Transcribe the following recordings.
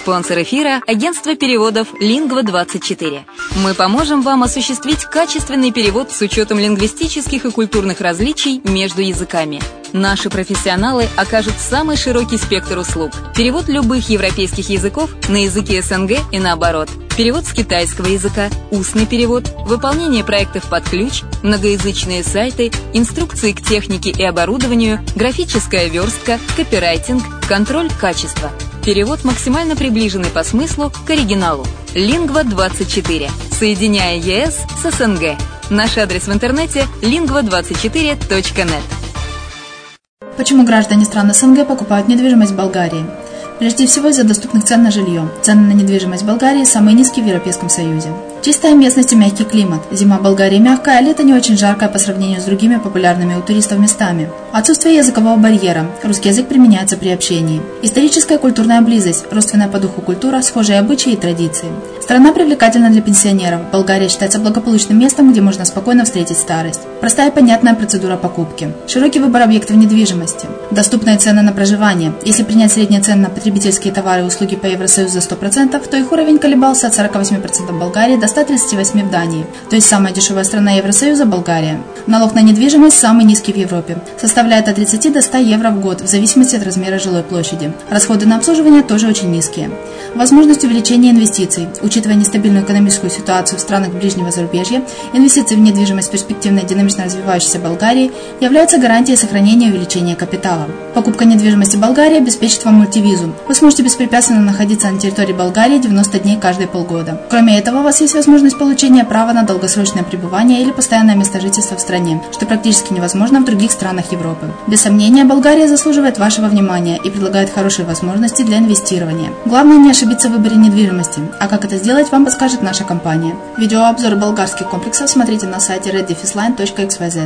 Спонсор эфира – агентство переводов Lingva24. Мы поможем вам осуществить качественный перевод с учетом лингвистических и культурных различий между языками. Наши профессионалы окажут самый широкий спектр услуг. Перевод любых европейских языков на языки СНГ и наоборот. Перевод с китайского языка, устный перевод, выполнение проектов под ключ, многоязычные сайты, инструкции к технике и оборудованию, графическая верстка, копирайтинг, контроль качества. Перевод максимально приближенный по смыслу к оригиналу. Lingva24. Соединяя ЕС с СНГ. Наш адрес в интернете lingva24.net. Почему граждане стран СНГ покупают недвижимость в Болгарии? Прежде всего из-за доступных цен на жилье. Цены на недвижимость в Болгарии самые низкие в Европейском Союзе. Чистая местность и мягкий климат. Зима в Болгарии мягкая, а лето не очень жаркое по сравнению с другими популярными у туристов местами. Отсутствие языкового барьера. Русский язык применяется при общении. Историческая и культурная близость. Родственная по духу культура, схожие обычаи и традиции. Страна привлекательна для пенсионеров. Болгария считается благополучным местом, где можно спокойно встретить старость. Простая и понятная процедура покупки. Широкий выбор объектов недвижимости. Доступные цены на проживание. Если принять средние цены на потребительские товары и услуги по Евросоюзу за 100%, то их уровень колебался от 48% в Болгарии до 138% в Дании. То есть самая дешевая страна Евросоюза – Болгария. Налог на недвижимость самый низкий в Европе. Составляет от 30 до 100 евро в год, в зависимости от размера жилой площади. Расходы на обслуживание тоже очень низкие. Возможность увеличения инвестиций. Учитывая нестабильную экономическую ситуацию в странах ближнего зарубежья, инвестиции в недвижимость в перспективной динамично развивающейся Болгарии являются гарантией сохранения и увеличения капитала. Покупка недвижимости в Болгарии обеспечит вам мультивизу. Вы сможете беспрепятственно находиться на территории Болгарии 90 дней каждые полгода. Кроме этого, у вас есть возможность получения права на долгосрочное пребывание или постоянное место жительства в стране, что практически невозможно в других странах Европы. Без сомнения, Болгария заслуживает вашего внимания и предлагает хорошие возможности для инвестирования. Главное не ошибиться в выборе недвижимости, а как это сделать, вам подскажет наша компания. Видеообзор болгарских комплексов смотрите на сайте reddefisline.xyz.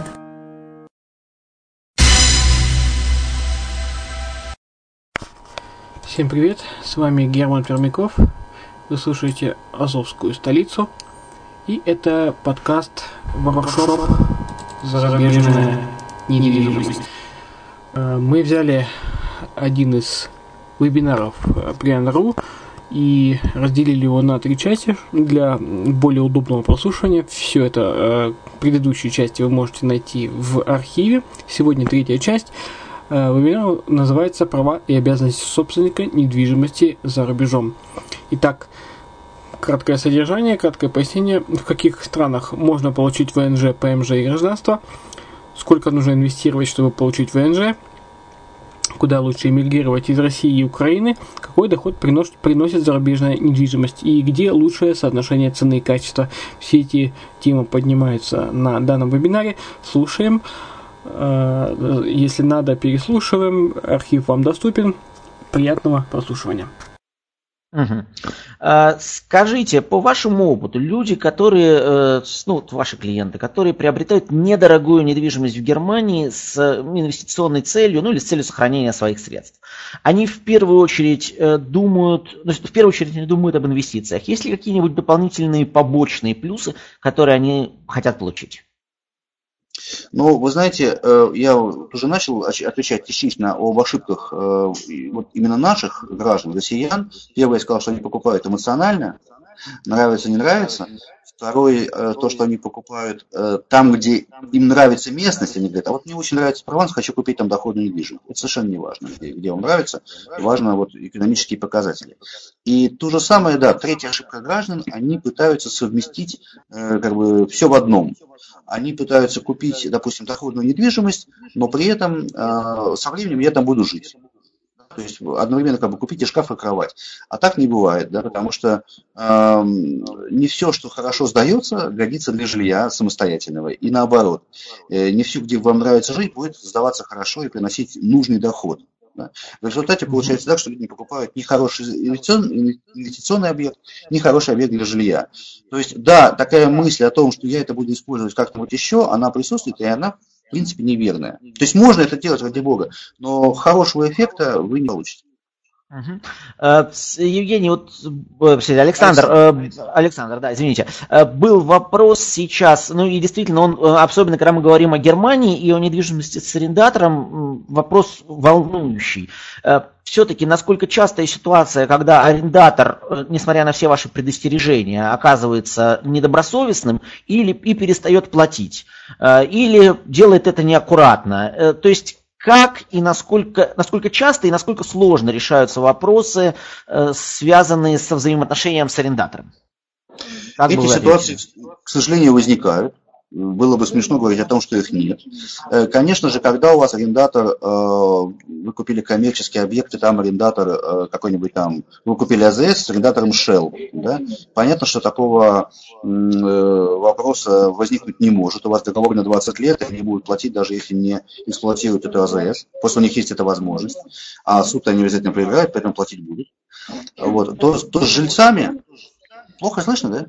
Всем привет, с вами Герман Пермяков, вы слушаете «Азовскую столицу», и это подкаст «Воркшоп. Зарубежная недвижимость». Мы взяли один из вебинаров Prian.ru и разделили его на 3 части для более удобного прослушивания. Все это, предыдущие части вы можете найти в архиве. Сегодня 3-я часть. Вебинар называется «Права и обязанности собственника недвижимости за рубежом». Итак, краткое содержание, краткое пояснение, в каких странах можно получить ВНЖ, ПМЖ и гражданство, сколько нужно инвестировать, чтобы получить ВНЖ, куда лучше эмигрировать из России и Украины, какой доход приносит зарубежная недвижимость и где лучшее соотношение цены и качества. Все эти темы поднимаются на данном вебинаре. Слушаем. Если надо, переслушиваем. Архив вам доступен. Приятного прослушивания. Скажите, по вашему опыту, люди, которые, ваши клиенты, которые приобретают недорогую недвижимость в Германии с инвестиционной целью, или с целью сохранения своих средств, они в первую очередь не думают об инвестициях. Есть ли какие-нибудь дополнительные побочные плюсы, которые они хотят получить? Ну, вы знаете, я уже начал отвечать частично об ошибках вот именно наших граждан, россиян. Первое, я сказал, что они покупают эмоционально, нравится, не нравится. Второе, то, что они покупают там, где им нравится местность, они говорят, а вот мне очень нравится Прованс, хочу купить там доходную недвижимость. Это совершенно не важно, где вам нравится, важно вот экономические показатели. И то же самое, да, третья ошибка граждан, они пытаются совместить все в одном. Они пытаются купить, допустим, доходную недвижимость, но при этом со временем я там буду жить. То есть одновременно купить и шкаф, и кровать. А так не бывает, да, потому что не все, что хорошо сдается, годится для жилья самостоятельного. И наоборот, не все, где вам нравится жить, будет сдаваться хорошо и приносить нужный доход. Да. В результате получается так, что люди не покупают ни хороший инвестиционный объект, ни хороший объект для жилья. То есть, да, такая мысль о том, что я это буду использовать как-нибудь еще, она присутствует, и она, в принципе, неверная. То есть, можно это делать, ради бога, но хорошего эффекта вы не получите. Евгений, Александр, да, извините, был вопрос сейчас, ну и действительно, он, особенно когда мы говорим о Германии и о недвижимости с арендатором, вопрос волнующий. Все-таки, насколько частая ситуация, когда арендатор, несмотря на все ваши предостережения, оказывается недобросовестным и перестает платить, или делает это неаккуратно, то есть как и насколько часто и насколько сложно решаются вопросы, связанные со взаимоотношением с арендатором? Эти ситуации, к сожалению, возникают. Было бы смешно говорить о том, что их нет. Конечно же, когда у вас арендатор, вы купили коммерческий объект, и там арендатор какой-нибудь там, вы купили АЗС с арендатором Shell, да? Понятно, что такого вопроса возникнуть не может. У вас договор на 20 лет, и они будут платить, даже если не эксплуатируют эту АЗС. Просто у них есть эта возможность. А суд они обязательно проиграют, поэтому платить будут. Вот. То с жильцами... Плохо слышно, да?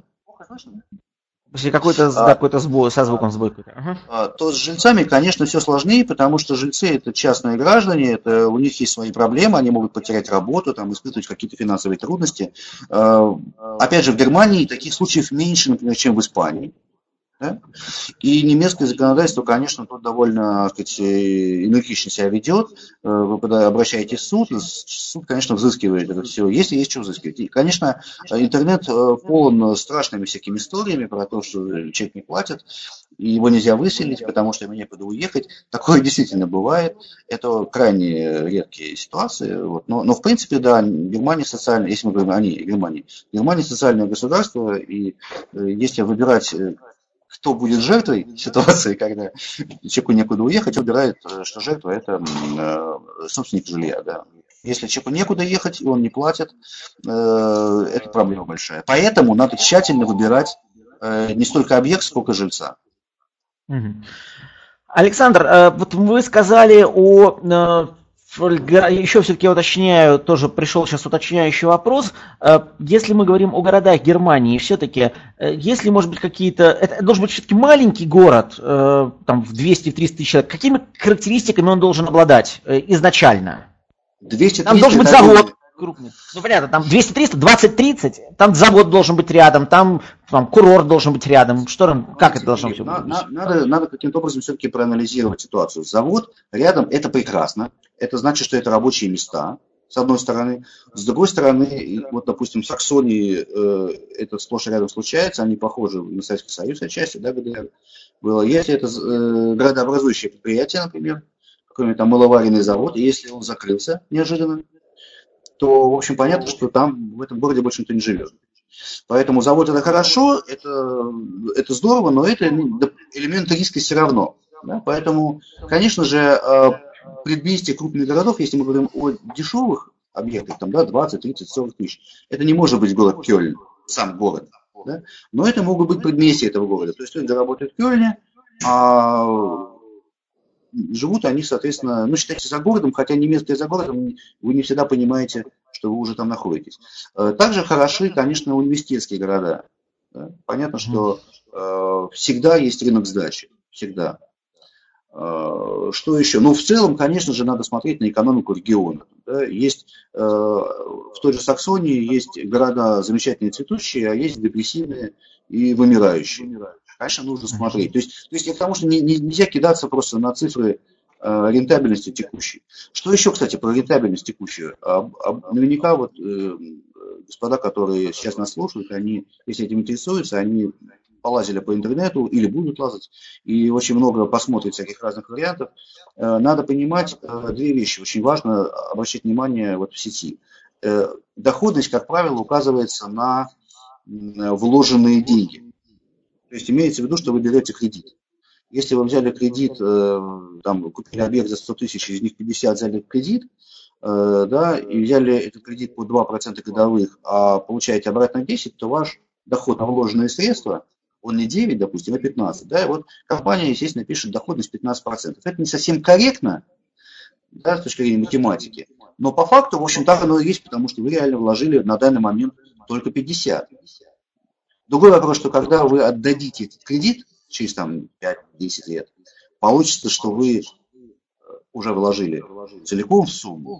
Какой-то сбой, со звуком сбой какой-то. То с жильцами, конечно, все сложнее, потому что жильцы это частные граждане, у них есть свои проблемы, они могут потерять работу, там, испытывать какие-то финансовые трудности. Опять же, в Германии таких случаев меньше, например, чем в Испании. Да? И немецкое законодательство, конечно, тут довольно, так сказать, энергично себя ведет. Вы когда обращаетесь в суд, конечно, взыскивает это все, если есть что взыскивать. И, конечно, интернет полон страшными всякими историями про то, что человек не платит, и его нельзя выселить, потому что ему некуда уехать. Такое действительно бывает. Это крайне редкие ситуации. Вот. Но в принципе, да, Германия социальная, если мы говорим о ней, Германия социальное государство, и если выбирать... Кто будет жертвой ситуации, когда человеку некуда уехать, выбирает, что жертва это собственник жилья. Да. Если человеку некуда ехать, и он не платит, это проблема большая. Поэтому надо тщательно выбирать не столько объект, сколько жильца. Александр, вот вы сказали еще все-таки уточняю, тоже пришел сейчас уточняющий вопрос. Если мы говорим о городах Германии, все-таки, если, может быть, это должен быть все-таки маленький город, там, в 200-300 тысяч человек, какими характеристиками он должен обладать изначально? 200-300 там должен быть завод крупный. Ну, понятно, там 200-300, 20-30, там завод должен быть рядом, там курорт должен быть рядом. Как это должно все быть? Надо каким-то образом все-таки проанализировать ситуацию. Завод рядом – это прекрасно. Это значит, что это рабочие места, с одной стороны. С другой стороны, вот, допустим, в Саксонии это сплошь и рядом случается, они похожи на Советский Союз отчасти, да, ГДР было. Если это градообразующее предприятие, например, какой-нибудь там мыловаренный завод, и если он закрылся неожиданно, то, в общем, понятно, что там в этом городе больше никто не живет. Поэтому завод это хорошо, это здорово, но это элемент риска все равно. Да? Поэтому, конечно же, предместье крупных городов, если мы говорим о дешевых объектах, там, да, 20, 30, 40 тысяч, это не может быть город Кёльн, сам город. Да? Но это могут быть предместья этого города. То есть люди работают в Кёльне, а живут они, соответственно, считайте, за городом, хотя немецкое за городом, вы не всегда понимаете, что вы уже там находитесь. Также хороши, конечно, университетские города. Да? Понятно, что всегда есть рынок сдачи. Всегда. Что еще? В целом, конечно же, надо смотреть на экономику региона. Да? Есть в той же Саксонии есть города замечательные цветущие, а есть депрессивные и вымирающие. Конечно, нужно смотреть. То есть я к тому, что нельзя кидаться просто на цифры рентабельности текущей. Что еще, кстати, про рентабельность текущую? Наверняка вот господа, которые сейчас нас слушают, они, если этим интересуются, они полазили по интернету или будут лазать, и очень много посмотрят всяких разных вариантов. Надо понимать две вещи. Очень важно обращать внимание вот в сети. Доходность, как правило, указывается на вложенные деньги. То есть имеется в виду, что вы берете кредит. Если вы взяли кредит, там, купили объект за 100 тысяч, из них 50 взяли кредит, да, и взяли этот кредит по 2% годовых, а получаете обратно 10, то ваш доход на вложенные средства, он не 9, допустим, а 15. Да, и вот компания, естественно, пишет доходность 15%. Это не совсем корректно, да, с точки зрения математики, но по факту, в общем, так оно и есть, потому что вы реально вложили на данный момент только 50. Другой вопрос, что когда вы отдадите этот кредит через 5-10 лет, получится, что вы уже вложили целиком в сумму,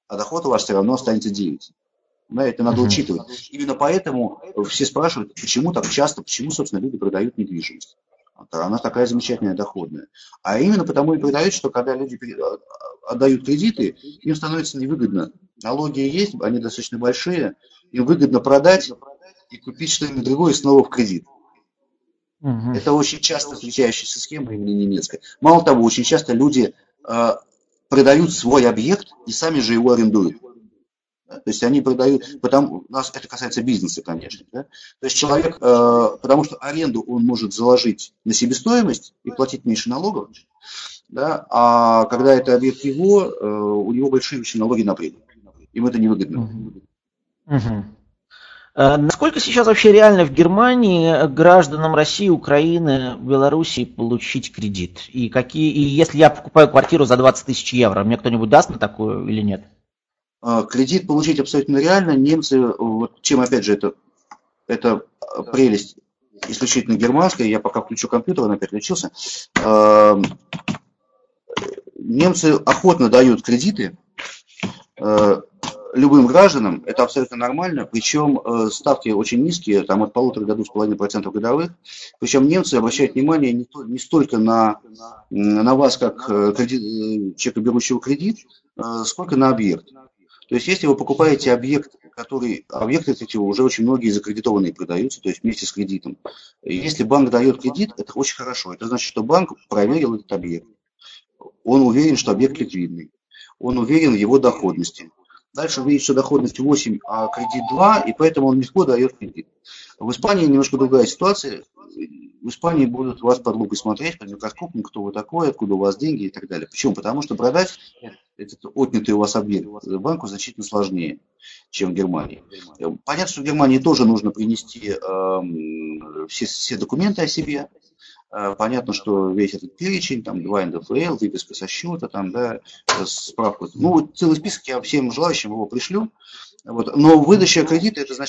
а доход у вас все равно останется 9. Да, это надо учитывать. Именно поэтому все спрашивают, почему так часто, почему, собственно, люди продают недвижимость. Она такая замечательная, доходная. А именно потому и продают, что когда люди отдают кредиты, им становится невыгодно. Налоги есть, они достаточно большие, им выгодно продать и купить что-нибудь другое снова в кредит. Это очень часто встречающаяся схема именно немецкая. Мало того, очень часто люди продают свой объект и сами же его арендуют. То есть они продают, у нас это касается бизнеса, конечно. Да? То есть человек, потому что аренду он может заложить на себестоимость и платить меньше налогов, да? А когда это объект его, у него большие очень налоги на прибыль. Им это невыгодно. Насколько сейчас вообще реально в Германии гражданам России, Украины, Белоруссии получить кредит? И если я покупаю квартиру за 20 тысяч евро, мне кто-нибудь даст на такую или нет? Кредит получить абсолютно реально. Немцы, вот чем опять же это прелесть исключительно германская, я пока включу компьютер, он опять включился. Немцы охотно дают кредиты любым гражданам, это абсолютно нормально, причем ставки очень низкие, там от 1,5 до 2,5% годовых. Причем немцы обращают внимание не столько на вас, как человека, берущего кредит, сколько на объект. То есть, если вы покупаете объекты эти уже очень многие закредитованные продаются, то есть вместе с кредитом. Если банк дает кредит, это очень хорошо. Это значит, что банк проверил этот объект. Он уверен, что объект ликвидный. Он уверен в его доходности. Дальше он видит, что доходность 8, а кредит 2, и поэтому он легко дает кредит. В Испании немножко другая ситуация. В Испании будут вас под лупой смотреть, под микроскопом, кто вы такой, откуда у вас деньги и так далее. Почему? Потому что продать этот отнятый у вас объект банку значительно сложнее, чем в Германии. Понятно, что в Германии тоже нужно принести все документы о себе. Понятно, что весь этот перечень, там 2 НДФЛ, выписка со счета, там, да, справку. Ну, целый список я всем желающим его пришлю. Вот. Но выдача кредита, это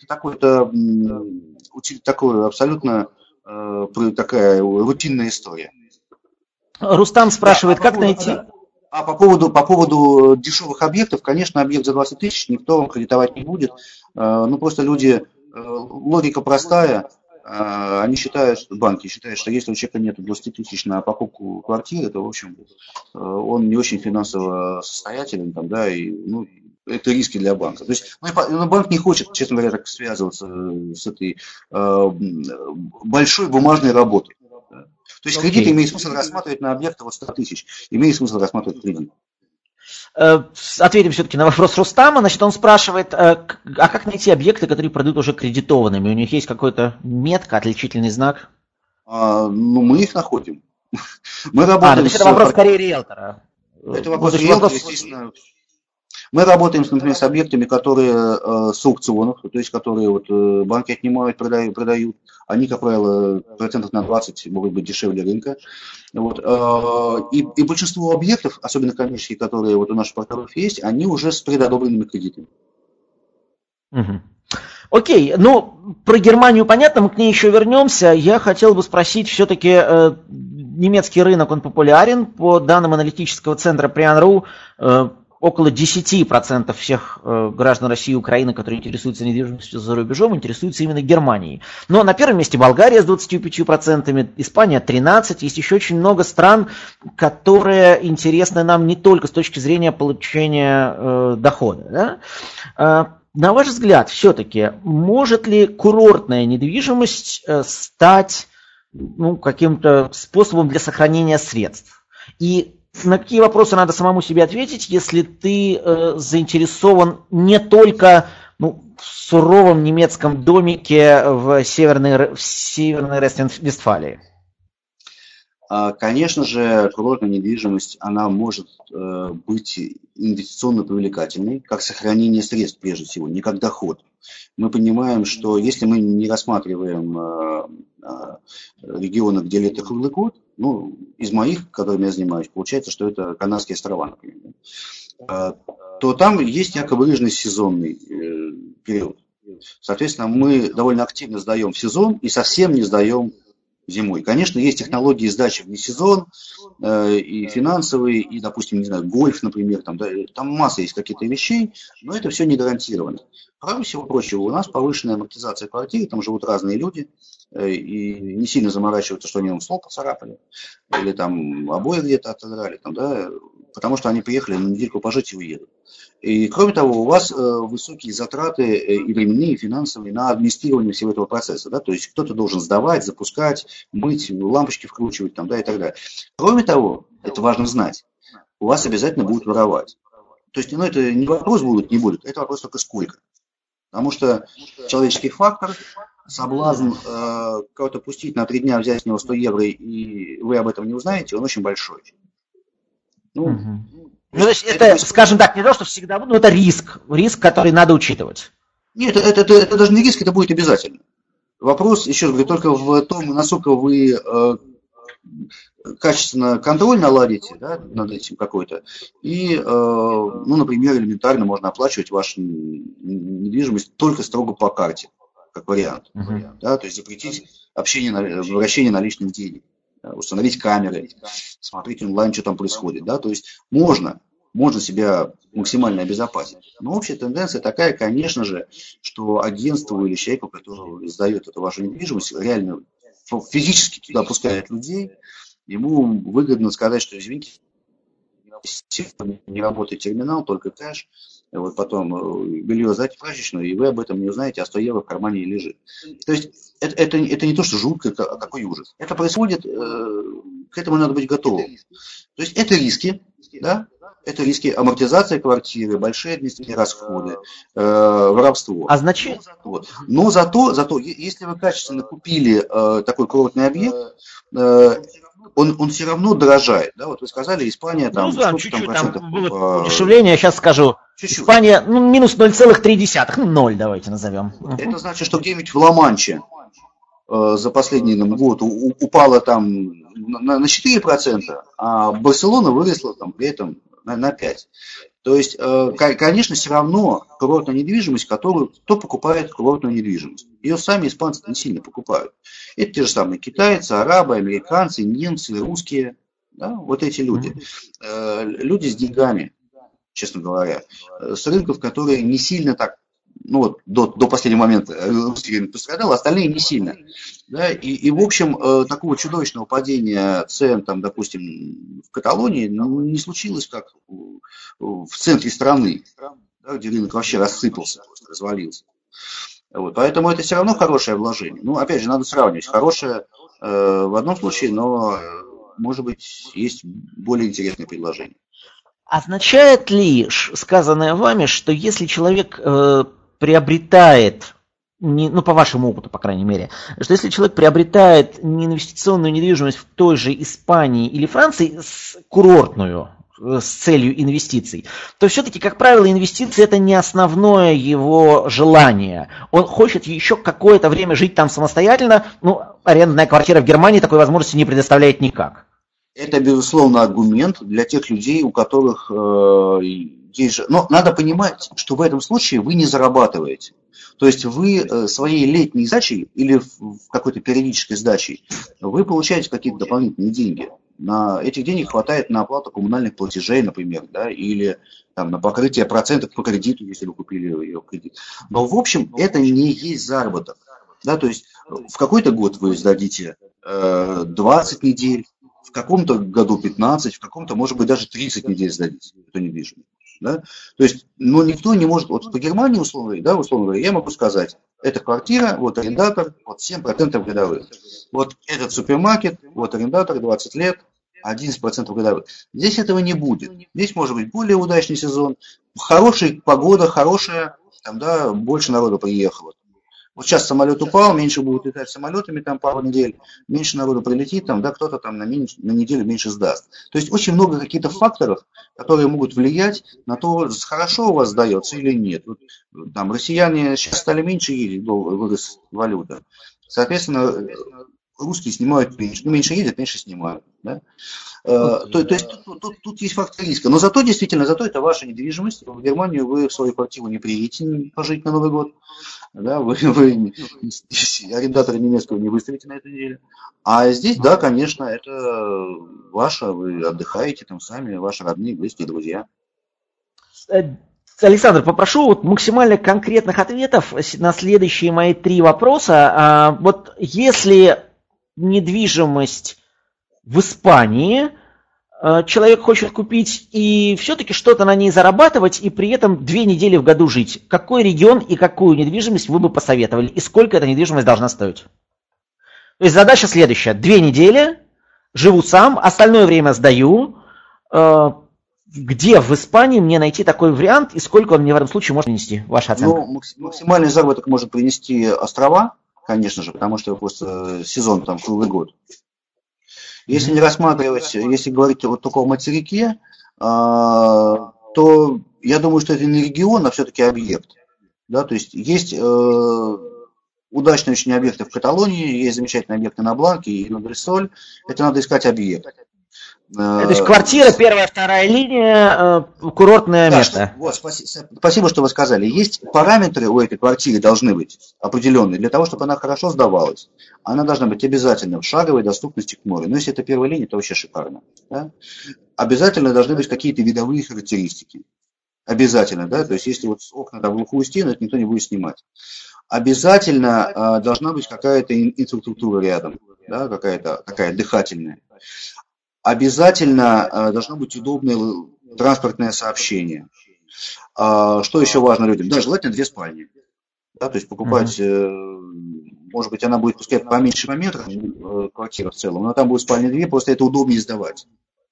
такое абсолютно такая рутинная история. Рустам спрашивает, как найти... А по поводу дешевых объектов, конечно, объект за 20 тысяч никто вам кредитовать не будет. Ну, просто люди, логика простая. Они банки считают, что если у человека нет 20 тысяч на покупку квартиры, то, в общем, он не очень финансово состоятелен, там, да, и, ну, это риски для банка. То есть, банк не хочет, честно говоря, так связываться с этой большой бумажной работой. То есть кредит имеет смысл рассматривать на объекты вот 100 тысяч, имеет смысл рассматривать кредит. Ответим все-таки на вопрос Рустама. Значит, он спрашивает, а как найти объекты, которые продают уже кредитованными? У них есть какой-то метка, отличительный знак? Ну, мы их находим. Мы работаем это вопрос скорее риэлтора. Это вопрос риэлтора, естественно. Мы работаем, например, с объектами, которые с аукционов, то есть которые вот, банки отнимают, продают. Они, как правило, процентов на 20 могут быть дешевле рынка. Вот. И большинство объектов, особенно коммерческие, которые вот у наших партнеров есть, они уже с предодобренными кредитами. Окей, ну, про Германию понятно, мы к ней еще вернемся. Я хотел бы спросить, все-таки немецкий рынок, он популярен. По данным аналитического центра Prian.ru, около 10% всех граждан России и Украины, которые интересуются недвижимостью за рубежом, интересуются именно Германией. Но на первом месте Болгария с 25%, Испания 13%. Есть еще очень много стран, которые интересны нам не только с точки зрения получения дохода. Да? На ваш взгляд, все-таки, может ли курортная недвижимость стать каким-то способом для сохранения средств? И на какие вопросы надо самому себе ответить, если ты заинтересован не только в суровом немецком домике в северной Рейн-Вестфалии? Конечно же, курортная недвижимость, она может быть инвестиционно привлекательной, как сохранение средств, прежде всего, не как доход. Мы понимаем, что если мы не рассматриваем регионы, где лето круглый год, из моих, которыми я занимаюсь, получается, что это Канарские острова, например, то там есть якобы сезонный период. Соответственно, мы довольно активно сдаем в сезон и совсем не сдаем зимой. Конечно, есть технологии сдачи вне сезон, и финансовые, и, допустим, не знаю, гольф, например, там масса есть каких-то вещей, но это все не гарантировано. Кроме всего прочего, у нас повышенная амортизация квартиры, там живут разные люди, и не сильно заморачиваются, что они нам стол поцарапали, или там обои где-то отодрали, потому что они приехали на недельку пожить и уедут. И кроме того, у вас высокие затраты и временные, и финансовые на администрирование всего этого процесса. Да? То есть кто-то должен сдавать, запускать, мыть, лампочки вкручивать и так далее. Кроме того, это важно знать, у вас обязательно будут воровать. То есть это не вопрос будет, не будет, это вопрос только сколько. Потому что человеческий фактор, соблазн кого-то пустить на 3 дня, взять с него 100 евро, и вы об этом не узнаете, он очень большой. То есть это, скажем так, не то, что всегда, но это риск, который надо учитывать. Нет, это даже не риск, это будет обязательно. Вопрос, еще раз говорю, только в том, насколько вы качественно контроль наладите, да, над этим какой-то, и, например, элементарно можно оплачивать вашу недвижимость только строго по карте, как вариант. Да, то есть запретить вращение наличных денег. Установить камеры, смотреть онлайн, что там происходит. Да? То есть можно себя максимально обезопасить. Но общая тенденция такая, конечно же, что агентству или человеку, который сдает эту вашу недвижимость, реально физически туда пускает людей, ему выгодно сказать, что извините, не работает терминал, только кэш. Потом белье сдать в прачечную, и вы об этом не узнаете, а 100 евро в кармане лежит. То есть это не то, что жутко, а какой ужас. Это происходит, к этому надо быть готовым. То есть это риски, да? Это риски амортизации квартиры, большие административные расходы, воровство. Но зато, если вы качественно купили такой курортный объект, он все равно дорожает. Да? Вот вы сказали, Испания там... чуть-чуть там было удешевление, я сейчас скажу. Чуть-чуть. Испания, минус 0,3, 0 давайте назовем. Это значит, что где-нибудь в Ла-Манче за последний год упало там на 4%, а Барселона выросла там при этом на 5%. То есть, конечно, все равно курортная недвижимость, кто покупает курортную недвижимость. Ее сами испанцы не сильно покупают. Это те же самые китайцы, арабы, американцы, немцы, русские. Да? Вот эти люди. Люди с деньгами, честно говоря. С рынков, которые не сильно так, до последнего момента русский рынок пострадал, остальные не сильно. Да? И в общем, такого чудовищного падения цен, допустим, в Каталонии не случилось, как в центре страны, да, где рынок вообще рассыпался, развалился. Поэтому это все равно хорошее вложение. Опять же, надо сравнивать. Хорошее в одном случае, но, может быть, есть более интересные предложения. Означает ли сказанное вами, что если человек приобретает, по вашему опыту, по крайней мере, что если человек приобретает инвестиционную недвижимость в той же Испании или Франции, курортную, с целью инвестиций, то все-таки, как правило, инвестиции это не основное его желание. Он хочет еще какое-то время жить там самостоятельно, арендная квартира в Германии такой возможности не предоставляет никак. Это, безусловно, аргумент для тех людей, у которых есть же... Но надо понимать, что в этом случае вы не зарабатываете. То есть вы своей летней сдачей или в какой-то периодической сдачей, вы получаете какие-то дополнительные деньги. Этих денег хватает на оплату коммунальных платежей, например, да, или на покрытие процентов по кредиту, если вы купили ее в кредит. Но, в общем, это не есть заработок. Да, то есть в какой-то год вы сдадите 20 недель, в каком-то году 15, в каком-то, может быть, даже 30 недель сдадите эту недвижимость. Да? То есть, никто не может, по Германии, условно говоря, я могу сказать, эта квартира, арендатор, 7% годовых. Этот супермаркет, арендатор, 20 лет, 11% годовых. Здесь этого не будет. Здесь может быть более удачный сезон, хорошая погода, хорошая, больше народу приехало. Сейчас самолет упал, меньше будут летать самолетами пару недель, меньше народу прилетит, кто-то на неделю меньше сдаст. То есть очень много каких-то факторов, которые могут влиять на то, хорошо у вас сдается или нет. Россияне сейчас стали меньше ездить, вырос валюта. Соответственно, русские снимают меньше. Ну, меньше ездят, меньше снимают. Да? То есть тут есть фактор риска. Но зато это ваша недвижимость. В Германию вы в свою квартиру не приедете пожить на Новый год. Да? Вы арендатора немецкого не выставите на эту неделю. А здесь, да, конечно, это ваше. Вы отдыхаете там сами, ваши родные, близкие, друзья. Александр, попрошу вот максимально конкретных ответов на следующие мои 3 вопроса. Вот если недвижимость в Испании, человек хочет купить и все-таки что-то на ней зарабатывать, и при этом 2 недели в году жить, какой регион и какую недвижимость вы бы посоветовали, и сколько эта недвижимость должна стоить? То есть задача следующая. 2 недели, живу сам, остальное время сдаю. Где в Испании мне найти такой вариант, и сколько он мне в этом случае может принести? Ваша оценка? Ну, максимальный заработок может принести острова, конечно же, потому что просто сезон там круглый год. Если не рассматривать, если говорить вот только о материке, то я думаю, что это не регион, а все-таки объект. Да, то есть удачные очень объекты в Каталонии, есть замечательные объекты на Бланке и на Дель-Соль. Это надо искать объект. То есть квартира, 1-2 линия, курортное место. Вот, спасибо, что вы сказали. Есть параметры у этой квартиры должны быть определенные. Для того, чтобы она хорошо сдавалась, она должна быть обязательно в шаговой доступности к морю. Но если это 1-я линия, то вообще шикарно. Да? Обязательно должны быть какие-то видовые характеристики. Обязательно, да. То есть если вот окна там в глухую стену, это никто не будет снимать. Обязательно должна быть какая-то инфраструктура рядом, да, какая-то такая дыхательная. Обязательно должно быть удобное транспортное сообщение. Что еще важно людям? Да, желательно 2 спальни. Да, то есть покупать, может быть, она будет, пускай поменьше по метрам, квартира в целом, но там будет спальни 2, просто это удобнее сдавать.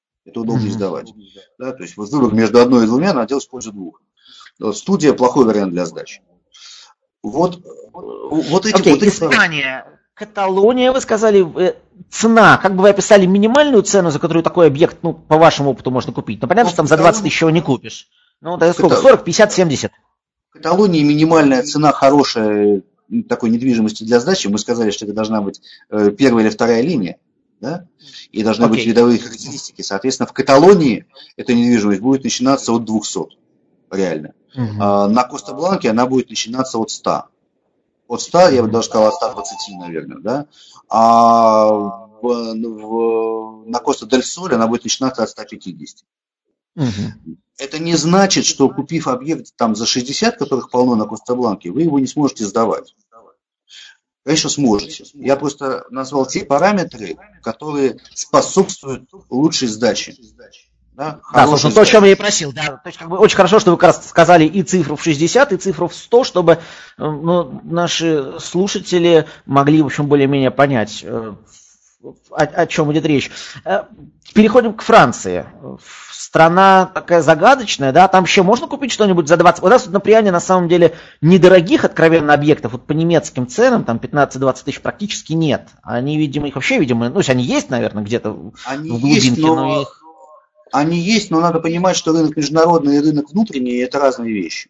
Да, то есть вот выбор между 1 и 2 надо делать в пользу 2. Вот, студия плохой вариант для сдачи. Вот эти Испания. Каталония, вы сказали, цена, как бы вы описали минимальную цену, за которую такой объект, ну, по вашему опыту можно купить? Ну, понятно, что там за 20 тысяч его не купишь. Ну, это сколько? 40, 50, 70? В Каталонии минимальная цена хорошей такой недвижимости для сдачи. Мы сказали, что это должна быть 1-я или 2-я линия, да? И должны быть видовые характеристики. Соответственно, в Каталонии эта недвижимость будет начинаться от 200, реально. На Коста-Бланке она будет начинаться от 100. От 100, я бы даже сказал, от 120, наверное, да. А на Коста-дель-Соль она будет начинаться от 150. Это не значит, что купив объект там за 60, которых полно на Коста-Бланке, вы его не сможете сдавать. Конечно, сможете. Я просто назвал те параметры, которые способствуют лучшей сдаче. Да, слушай, то, о чем я и просил. Да. То есть, как бы, очень хорошо, что вы как раз сказали и цифру в 60, и цифру в 100, чтобы наши слушатели могли, в общем, более-менее понять, о чем идет речь. Переходим к Франции. Страна такая загадочная, да, там еще можно купить что-нибудь за 20. У нас на Приане на самом деле недорогих откровенно объектов, вот по немецким ценам, там 15-20 тысяч практически нет. Они, видимо, их вообще, ну, если они есть, наверное, где-то в глубинке, но их... Они есть, но надо понимать, что рынок международный и рынок внутренний – это разные вещи.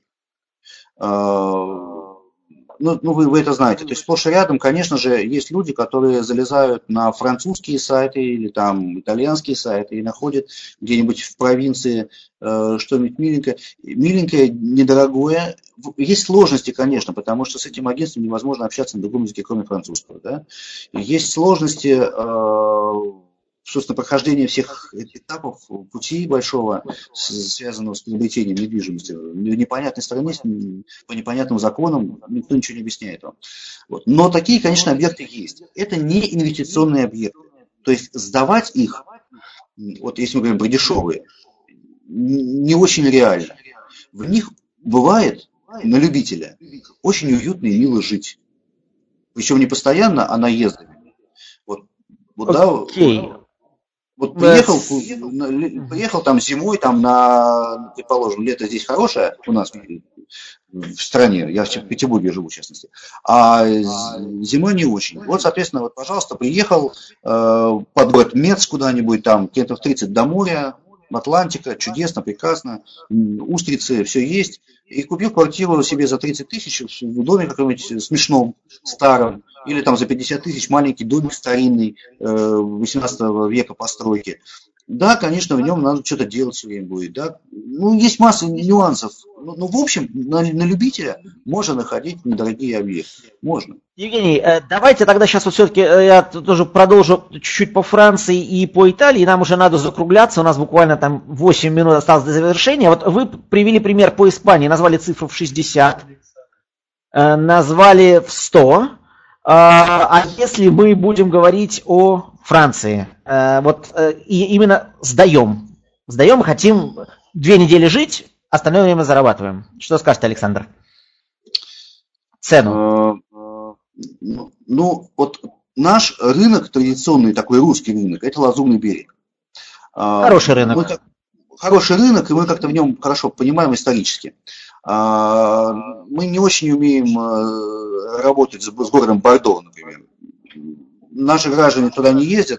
Вы это знаете. То есть сплошь и рядом, конечно же, есть люди, которые залезают на французские сайты или там итальянские сайты и находят где-нибудь в провинции что-нибудь миленькое. Миленькое, недорогое. Есть сложности, конечно, потому что с этим агентством невозможно общаться на другом языке, кроме французского. Да? Есть сложности... собственно, прохождение всех этапов пути большого, связанного с приобретением недвижимости, в непонятной стране, по непонятным законам, никто ничего не объясняет вам. Вот. Но такие, конечно, объекты есть. Это не инвестиционные объекты. То есть сдавать их, вот если мы говорим про дешевые, не очень реально. В них бывает на любителя очень уютно и мило жить. Причем не постоянно, а наездами. Вот приехал там зимой, там предположим, лето здесь хорошее у нас в стране, я в Петербурге живу, в частности, а зима не очень. Вот, соответственно, вот, пожалуйста, приехал под город Мец куда-нибудь, там, километров 30 до моря, Атлантика, чудесно, прекрасно, устрицы, все есть. И купил квартиру себе за 30 тысяч в доме каком-нибудь смешном, старом, или там за 50 тысяч маленький домик старинный, 18 века постройки. Да, конечно, в нем надо что-то делать все время будет, да. Ну, есть масса нюансов. Ну, в общем, на любителя можно находить недорогие объекты. Можно. Евгений, давайте тогда сейчас вот все-таки я тоже продолжу чуть-чуть по Франции и по Италии. Нам уже надо закругляться, у нас буквально там 8 минут осталось до завершения. Вот вы привели пример по Испании, назвали цифру в 60, назвали в 100. А если мы будем говорить о Франции, и именно сдаем, хотим 2 недели жить, остальное время зарабатываем. Что скажете, Александр? Цену. Ну, вот наш рынок, традиционный такой русский рынок, это Лазурный берег. Хороший рынок. Хороший рынок, и мы как-то в нем хорошо понимаем исторически. Мы не очень умеем работать с городом Бордо, например. Наши граждане туда не ездят,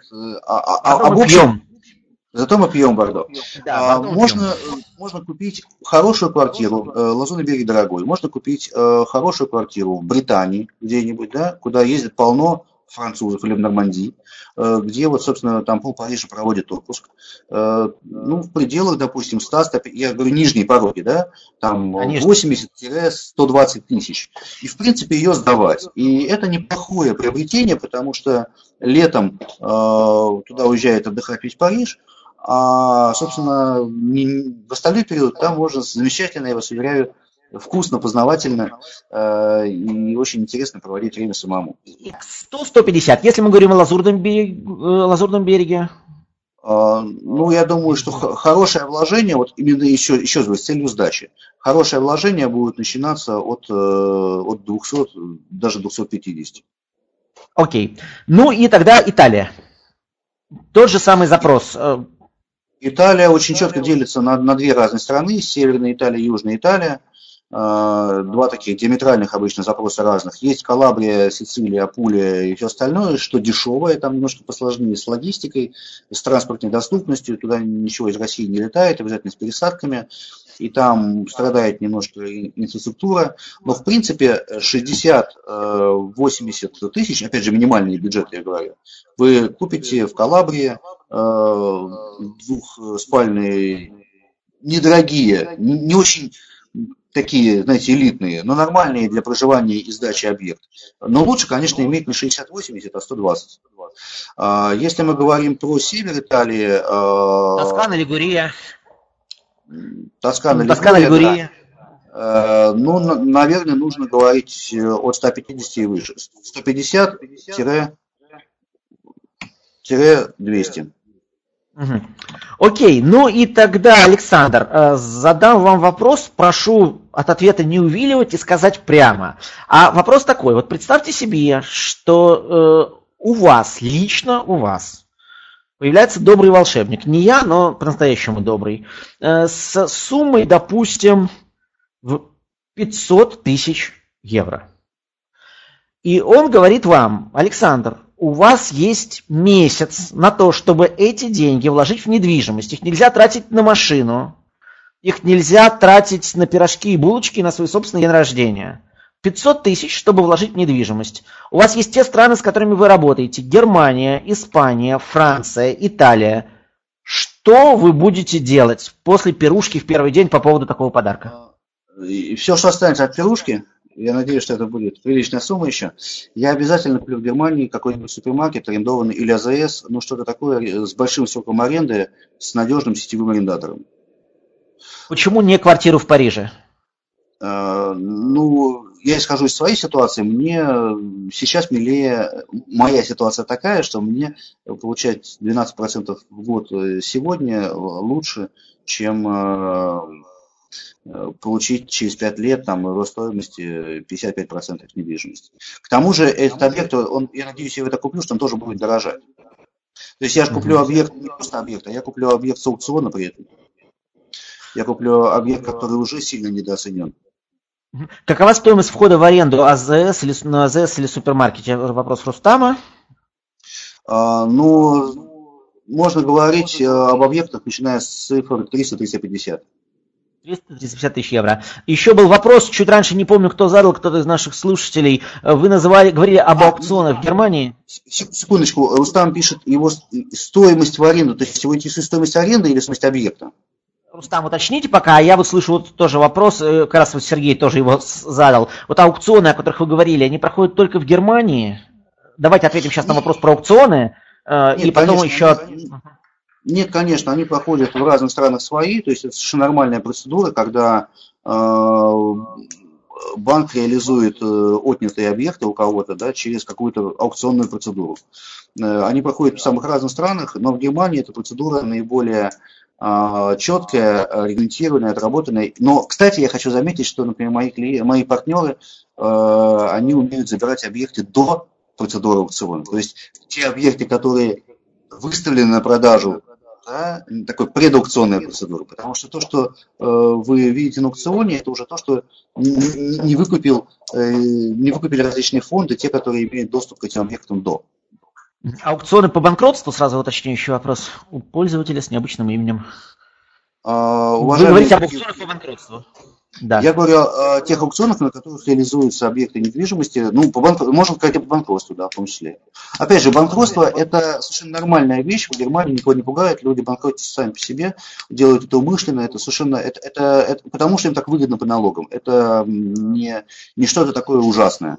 зато мы пьем Бордо. Да, можно купить хорошую квартиру, Лазурный берег дорогой, можно купить хорошую квартиру в Британии где-нибудь, да, куда ездит полно французов или в Нормандии, где вот, собственно, там пол Парижа проводит отпуск. Ну, в пределах, допустим, 100, я говорю, нижние пороги, да, там 80-120 тысяч. И, в принципе, ее сдавать. И это неплохое приобретение, потому что летом туда уезжает отдыхать весь Париж, а, собственно, в остальной период там можно замечательно, я вас уверяю, вкусно, познавательно и очень интересно проводить время самому. 100-150. Если мы говорим о Лазурном береге? Ну, я думаю, что хорошее вложение, вот именно еще с целью сдачи, хорошее вложение будет начинаться от 200, даже 250. Окей. Ну и тогда Италия. Тот же самый запрос. Италия очень четко делится на 2 разные страны, Северная Италия и Южная Италия. 2 таких диаметральных обычно запроса разных. Есть Калабрия, Сицилия, Апулия и все остальное, что дешевое, там немножко посложнее с логистикой, с транспортной доступностью, туда ничего из России не летает, обязательно с пересадками, и там страдает немножко инфраструктура, но в принципе 60-80 тысяч, опять же минимальный бюджет, я говорю, вы купите в Калабрии 2-спальные, недорогие, не очень такие, знаете, элитные, но нормальные для проживания и сдачи объект. Но лучше, конечно, иметь не 60-80, а 120. Если мы говорим про север Италии... Тоскана, Лигурия. Тоскана, Лигурия. Да. Ну, наверное, нужно говорить от 150 и выше. 150-200. Угу. Окей, ну и тогда, Александр, задам вам вопрос, прошу от ответа не увиливать и сказать прямо. А вопрос такой, вот представьте себе, что лично у вас появляется добрый волшебник, не я, но по-настоящему добрый, с суммой, допустим, в 500 тысяч евро. И он говорит вам: Александр, у вас есть месяц на то, чтобы эти деньги вложить в недвижимость. Их нельзя тратить на машину, их нельзя тратить на пирожки и булочки, на свой собственный день рождения. 500 тысяч, чтобы вложить в недвижимость. У вас есть те страны, с которыми вы работаете: Германия, Испания, Франция, Италия. Что вы будете делать после пирушки в первый день по поводу такого подарка? И все, что останется от пирушки, я надеюсь, что это будет приличная сумма еще, я обязательно куплю в Германии какой-нибудь супермаркет арендованный или АЗС, ну что-то такое с большим сроком аренды, с надежным сетевым арендатором. Почему не квартиру в Париже? Ну, я исхожу из своей ситуации, мне сейчас милее, моя ситуация такая, что мне получать 12% в год сегодня лучше, чем получить через 5 лет там рост стоимости 55% недвижимости. К тому же этот объект, я надеюсь, я его так куплю, что он тоже будет дорожать. То есть я же куплю объект, не просто объект, а я куплю объект с аукциона при этом. Я куплю объект, который уже сильно недооценен. Какова стоимость входа в аренду АЗС или супермаркете? Вопрос Рустама. Ну, можно говорить об объектах, начиная с цифр 300-350. 350 тысяч евро. Еще был вопрос, чуть раньше, не помню, кто задал, кто-то из наших слушателей. Вы говорили об аукционах в Германии. Секундочку, Рустам пишет его стоимость в аренду. То есть его интересует стоимость аренды или стоимость объекта? Рустам, уточните пока, а я вот слышу вот тоже вопрос, как раз вот Сергей тоже его задал. Вот аукционы, о которых вы говорили, они проходят только в Германии? Давайте ответим сейчас на вопрос про аукционы. Нет, и потом еще... Нет, конечно, они проходят в разных странах свои, то есть это совершенно нормальная процедура, когда банк реализует отнятые объекты у кого-то, да, через какую-то аукционную процедуру. Они проходят в самых разных странах, но в Германии эта процедура наиболее четкая, регламентированная, отработанная. Но, кстати, я хочу заметить, что, например, мои партнеры, они умеют забирать объекты до процедуры аукциона. То есть те объекты, которые выставлены на продажу, да, такой предаукционная процедура, потому что то, что вы видите на аукционе, это уже то, что не выкупили различные фонды, те, которые имеют доступ к этим объектам до. Аукционы по банкротству, сразу уточню еще вопрос, у пользователя с необычным именем. Вы говорите об аукционах по банкротству? Да. Я говорю о тех аукционах, на которых реализуются объекты недвижимости, можно сказать, по банкротству, да, в том числе. Опять же, банкротство – это совершенно нормальная вещь, в Германии никого не пугает, люди банкротятся сами по себе, делают это умышленно, это совершенно, это потому что им так выгодно по налогам, это не что-то такое ужасное.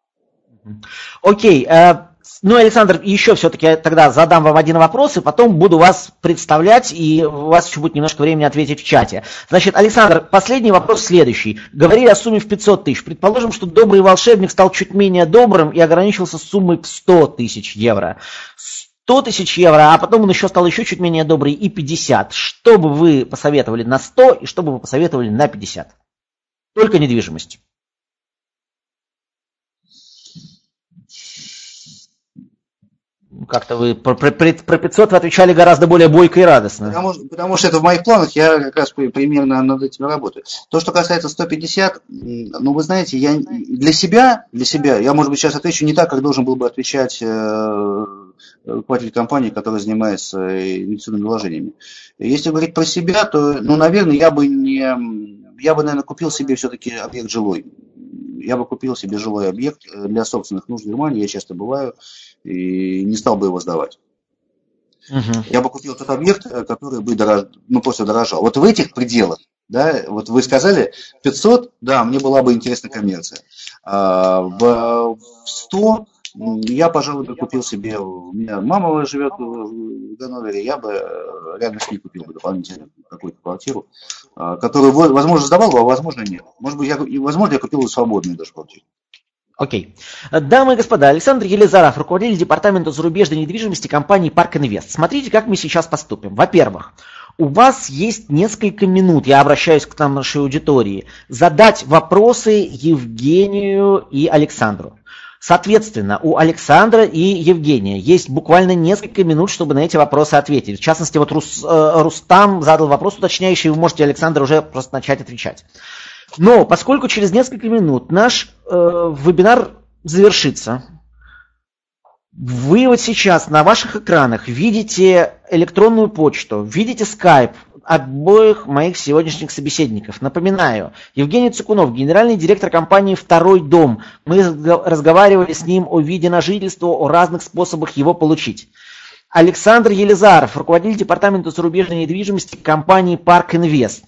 Окей. Ну, Александр, еще все-таки тогда задам вам один вопрос, и потом буду вас представлять, и у вас еще будет немножко времени ответить в чате. Значит, Александр, последний вопрос следующий. Говорили о сумме в 500 тысяч. Предположим, что добрый волшебник стал чуть менее добрым и ограничился суммой в 100 тысяч евро. 100 тысяч евро, а потом он еще стал еще чуть менее добрый и 50. Что бы вы посоветовали на 100 и что бы вы посоветовали на 50? Только недвижимость. Как-то вы про 500 вы отвечали гораздо более бойко и радостно. Потому что это в моих планах, я как раз примерно над этим работаю. То, что касается 150, ну вы знаете, я для себя, я, может быть, сейчас отвечу не так, как должен был бы отвечать руководитель компании, который занимается инвестиционными вложениями. Если говорить про себя, то, ну, наверное, я бы, наверное, купил себе все-таки объект жилой. Я бы купил себе жилой объект для собственных нужд в Германии, я часто бываю, и не стал бы его сдавать. Я бы купил тот объект, который бы просто дорожал. Вот в этих пределах, да, вот вы сказали 500, да, мне была бы интересна коммерция. В 100 я, пожалуй, бы купил себе, у меня мама живет в Ганновере, я бы рядом с ней купил бы дополнительно какую-то квартиру, которую, возможно, сдавал бы, а возможно, нет. Может быть, я купил бы свободную даже квартиру. Окей. Дамы и господа, Александр Елизаров, руководитель департамента зарубежной недвижимости компании Park Invest. Смотрите, как мы сейчас поступим. Во-первых, у вас есть несколько минут, я обращаюсь к нашей аудитории, задать вопросы Евгению и Александру. Соответственно, у Александра и Евгения есть буквально несколько минут, чтобы на эти вопросы ответить. В частности, вот Рустам задал вопрос уточняющий, вы можете, Александр, уже просто начать отвечать. Но поскольку через несколько минут наш вебинар завершится, вы вот сейчас на ваших экранах видите электронную почту, видите Skype обоих моих сегодняшних собеседников. Напоминаю, Евгений Цыкунов, генеральный директор компании «Второй дом». Мы разговаривали с ним о виде на жительство, о разных способах его получить. Александр Елизаров, руководитель департамента зарубежной недвижимости компании Park Invest.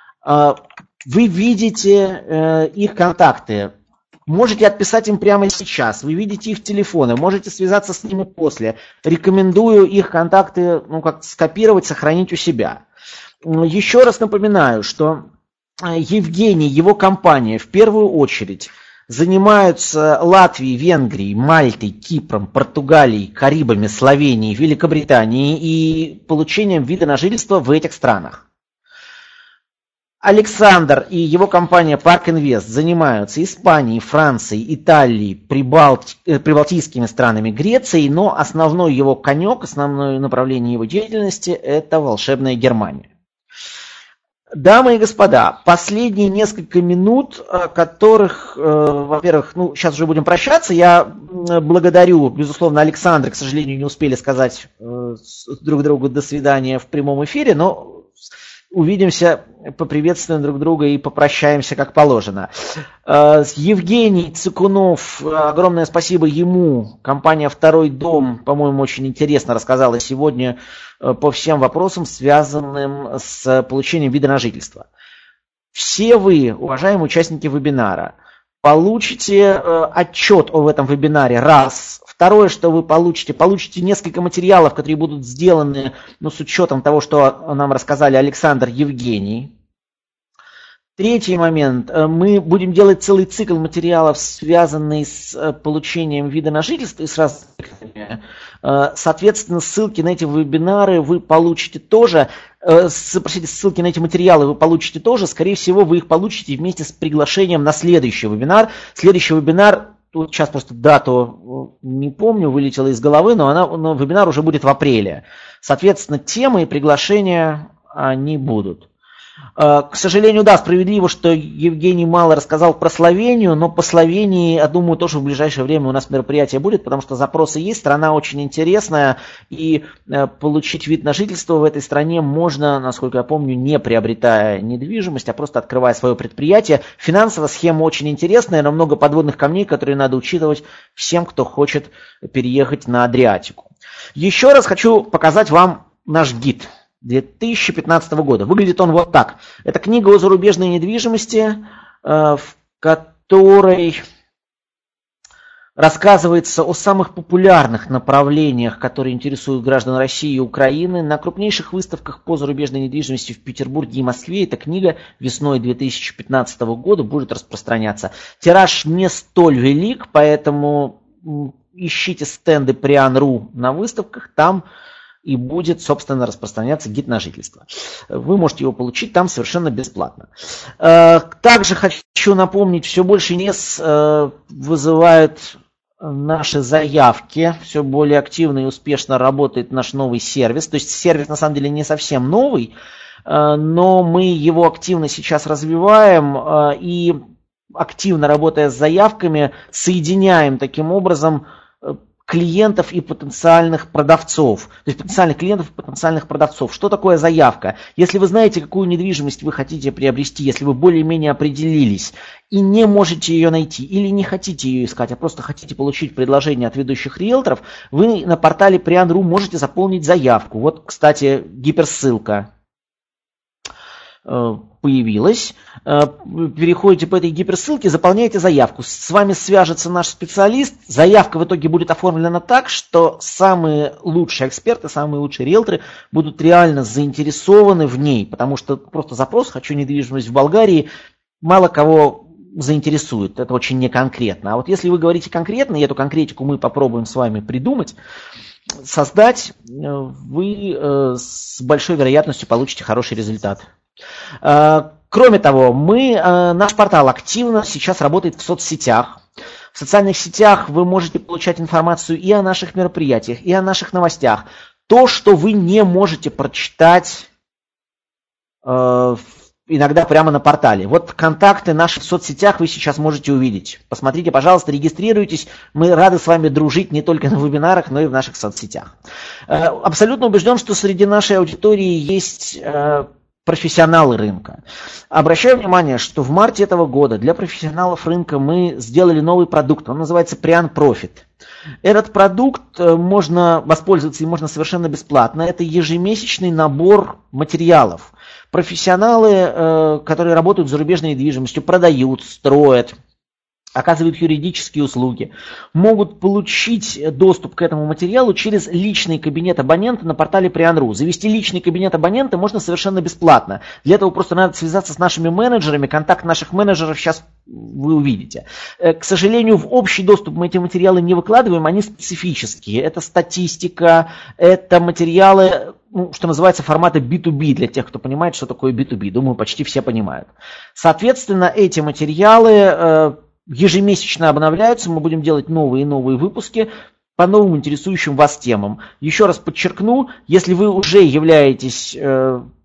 Вы видите их контакты. Можете отписать им прямо сейчас. Вы видите их телефоны. Можете связаться с ними после. Рекомендую их контакты скопировать, сохранить у себя. Еще раз напоминаю, что Евгений, его компания в первую очередь занимаются Латвией, Венгрией, Мальтой, Кипром, Португалией, Карибами, Словенией, Великобританией и получением вида на жительство в этих странах. Александр и его компания Park Invest занимаются Испанией, Францией, Италией, прибалтийскими странами, Грецией, но основной его конек, основное направление его деятельности – это волшебная Германия. Дамы и господа, последние несколько минут, которых, во-первых, сейчас уже будем прощаться, я благодарю, безусловно, Александра, к сожалению, не успели сказать друг другу до свидания в прямом эфире, но увидимся, поприветствуем друг друга и попрощаемся как положено. Евгений Цикунов, огромное спасибо ему. Компания «Второй дом», по-моему, очень интересно рассказала сегодня по всем вопросам, связанным с получением вида на жительство. Все вы, уважаемые участники вебинара, получите отчет об этом вебинаре раз. Второе, что вы получите несколько материалов, которые будут сделаны с учетом того, что нам рассказали Александр, Евгений. Третий момент. Мы будем делать целый цикл материалов, связанный с получением вида на жительство и с разными. Соответственно, ссылки на эти вебинары вы получите тоже. Ссылки на эти материалы вы получите тоже. Скорее всего, вы их получите вместе с приглашением на следующий вебинар. Следующий вебинар, тут сейчас просто дату не помню, вылетела из головы, но вебинар уже будет в апреле. Соответственно, темы и приглашения, они будут. К сожалению, да, справедливо, что Евгений мало рассказал про Словению, но по Словении, я думаю, тоже в ближайшее время у нас мероприятие будет, потому что запросы есть, страна очень интересная, и получить вид на жительство в этой стране можно, насколько я помню, не приобретая недвижимость, а просто открывая свое предприятие. Финансовая схема очень интересная, но много подводных камней, которые надо учитывать всем, кто хочет переехать на Адриатику. Еще раз хочу показать вам наш гид 2015 года. Выглядит он вот так. Это книга о зарубежной недвижимости, в которой рассказывается о самых популярных направлениях, которые интересуют граждан России и Украины. На крупнейших выставках по зарубежной недвижимости в Петербурге и Москве эта книга весной 2015 года будет распространяться. Тираж не столь велик, поэтому ищите стенды Prian.ru на выставках, там и будет, собственно, распространяться гид на жительство. Вы можете его получить там совершенно бесплатно. Также хочу напомнить, все больше интерес вызывают наши заявки. Все более активно и успешно работает наш новый сервис. То есть сервис на самом деле не совсем новый, но мы его активно сейчас развиваем и активно работая с заявками, соединяем таким образом клиентов и потенциальных продавцов. То есть потенциальных клиентов и потенциальных продавцов. Что такое заявка? Если вы знаете, какую недвижимость вы хотите приобрести, если вы более-менее определились и не можете ее найти, или не хотите ее искать, а просто хотите получить предложение от ведущих риэлторов, вы на портале Prian.ru можете заполнить заявку. Вот, кстати, гиперссылка появилась. Переходите по этой гиперссылке, заполняете заявку. С вами свяжется наш специалист. Заявка в итоге будет оформлена так, что самые лучшие эксперты, самые лучшие риэлторы будут реально заинтересованы в ней, потому что просто запрос «хочу недвижимость в Болгарии» мало кого заинтересует. Это очень неконкретно. А вот если вы говорите конкретно, и эту конкретику мы попробуем с вами придумать, создать, вы с большой вероятностью получите хороший результат. Кроме того, наш портал активно сейчас работает в соцсетях. В социальных сетях вы можете получать информацию и о наших мероприятиях, и о наших новостях. То, что вы не можете прочитать иногда прямо на портале. Вот контакты наших в соцсетях вы сейчас можете увидеть. Посмотрите, пожалуйста, регистрируйтесь. Мы рады с вами дружить не только на вебинарах, но и в наших соцсетях. Абсолютно убежден, что среди нашей аудитории есть профессионалы рынка. Обращаю внимание, что в марте этого года для профессионалов рынка мы сделали новый продукт. Он называется Prian Profit. Этот продукт можно воспользоваться и можно совершенно бесплатно. Это ежемесячный набор материалов. Профессионалы, которые работают с зарубежной недвижимостью, продают, строят, оказывают юридические услуги, могут получить доступ к этому материалу через личный кабинет абонента на портале Prian.ru. Завести личный кабинет абонента можно совершенно бесплатно. Для этого просто надо связаться с нашими менеджерами. Контакт наших менеджеров сейчас вы увидите. К сожалению, в общий доступ мы эти материалы не выкладываем, они специфические. Это статистика, это материалы, что называется, формата B2B, для тех, кто понимает, что такое B2B. Думаю, почти все понимают. Соответственно, эти материалы ежемесячно обновляются, мы будем делать новые и новые выпуски по новым интересующим вас темам. Еще раз подчеркну, если вы уже являетесь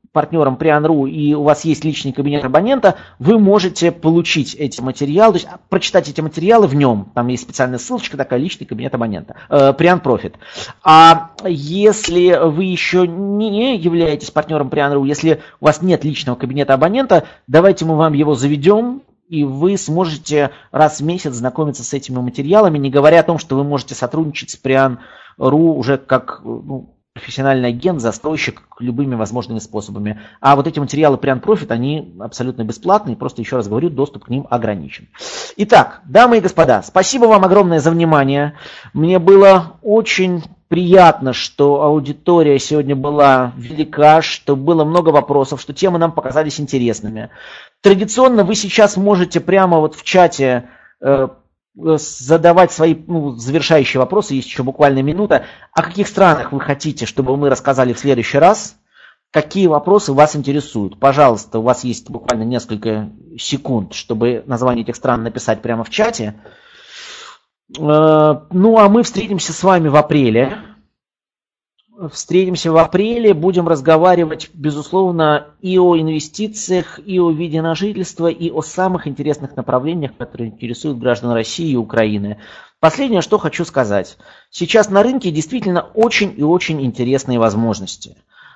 партнером Prian.ru и у вас есть личный кабинет абонента, вы можете получить эти материалы, то есть прочитать эти материалы в нем. Там есть специальная ссылочка такая, личный кабинет абонента, Prian Profit. А если вы еще не являетесь партнером Prian.ru, если у вас нет личного кабинета абонента, давайте мы вам его заведем, и вы сможете раз в месяц знакомиться с этими материалами, не говоря о том, что вы можете сотрудничать с Prian.ru уже как профессиональный агент, застройщик любыми возможными способами. А вот эти материалы Prian Profit, они абсолютно бесплатные, просто еще раз говорю, доступ к ним ограничен. Итак, дамы и господа, спасибо вам огромное за внимание. Мне было очень приятно, что аудитория сегодня была велика, что было много вопросов, что темы нам показались интересными. Традиционно вы сейчас можете прямо вот в чате задавать свои завершающие вопросы, есть еще буквально минута. О каких странах вы хотите, чтобы мы рассказали в следующий раз? Какие вопросы вас интересуют? Пожалуйста, у вас есть буквально несколько секунд, чтобы название этих стран написать прямо в чате. Ну, а мы встретимся с вами в апреле. Будем разговаривать, безусловно, и о инвестициях, и о виде на жительство, и о самых интересных направлениях, которые интересуют граждан России и Украины. Последнее, что хочу сказать. Сейчас на рынке действительно очень и очень интересные возможности.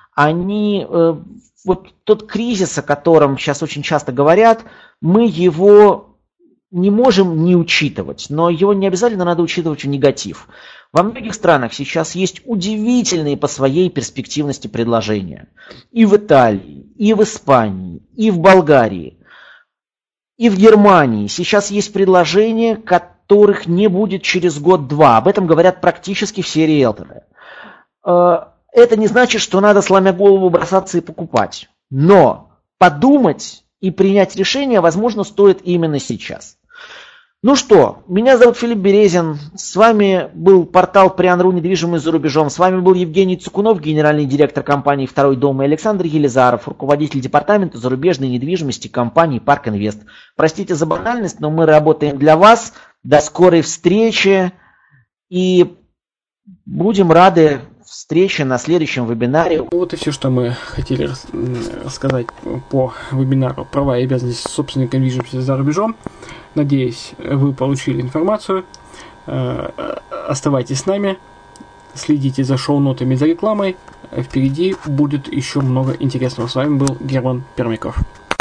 Вот тот кризис, о котором сейчас очень часто говорят, мы его не можем не учитывать, но его не обязательно надо учитывать в негатив. Во многих странах сейчас есть удивительные по своей перспективности предложения. И в Италии, и в Испании, и в Болгарии, и в Германии. Сейчас есть предложения, которых не будет через год-два. Об этом говорят практически все риэлторы. Это не значит, что надо, сломя голову, бросаться и покупать. Но подумать и принять решение, возможно, стоит именно сейчас. Ну что, меня зовут Филипп Березин, с вами был портал Prian.ru «Недвижимость за рубежом», с вами был Евгений Цукунов, генеральный директор компании «Второй дом», и Александр Елизаров, руководитель департамента зарубежной недвижимости компании Парк Инвест. Простите за банальность, но мы работаем для вас. До скорой встречи и будем рады встрече на следующем вебинаре. Вот и все, что мы хотели рассказать по вебинару «Права и обязанности собственника недвижимости за рубежом». Надеюсь, вы получили информацию. Оставайтесь с нами, следите за шоу-нотами, за рекламой. Впереди будет еще много интересного. С вами был Герман Пермяков.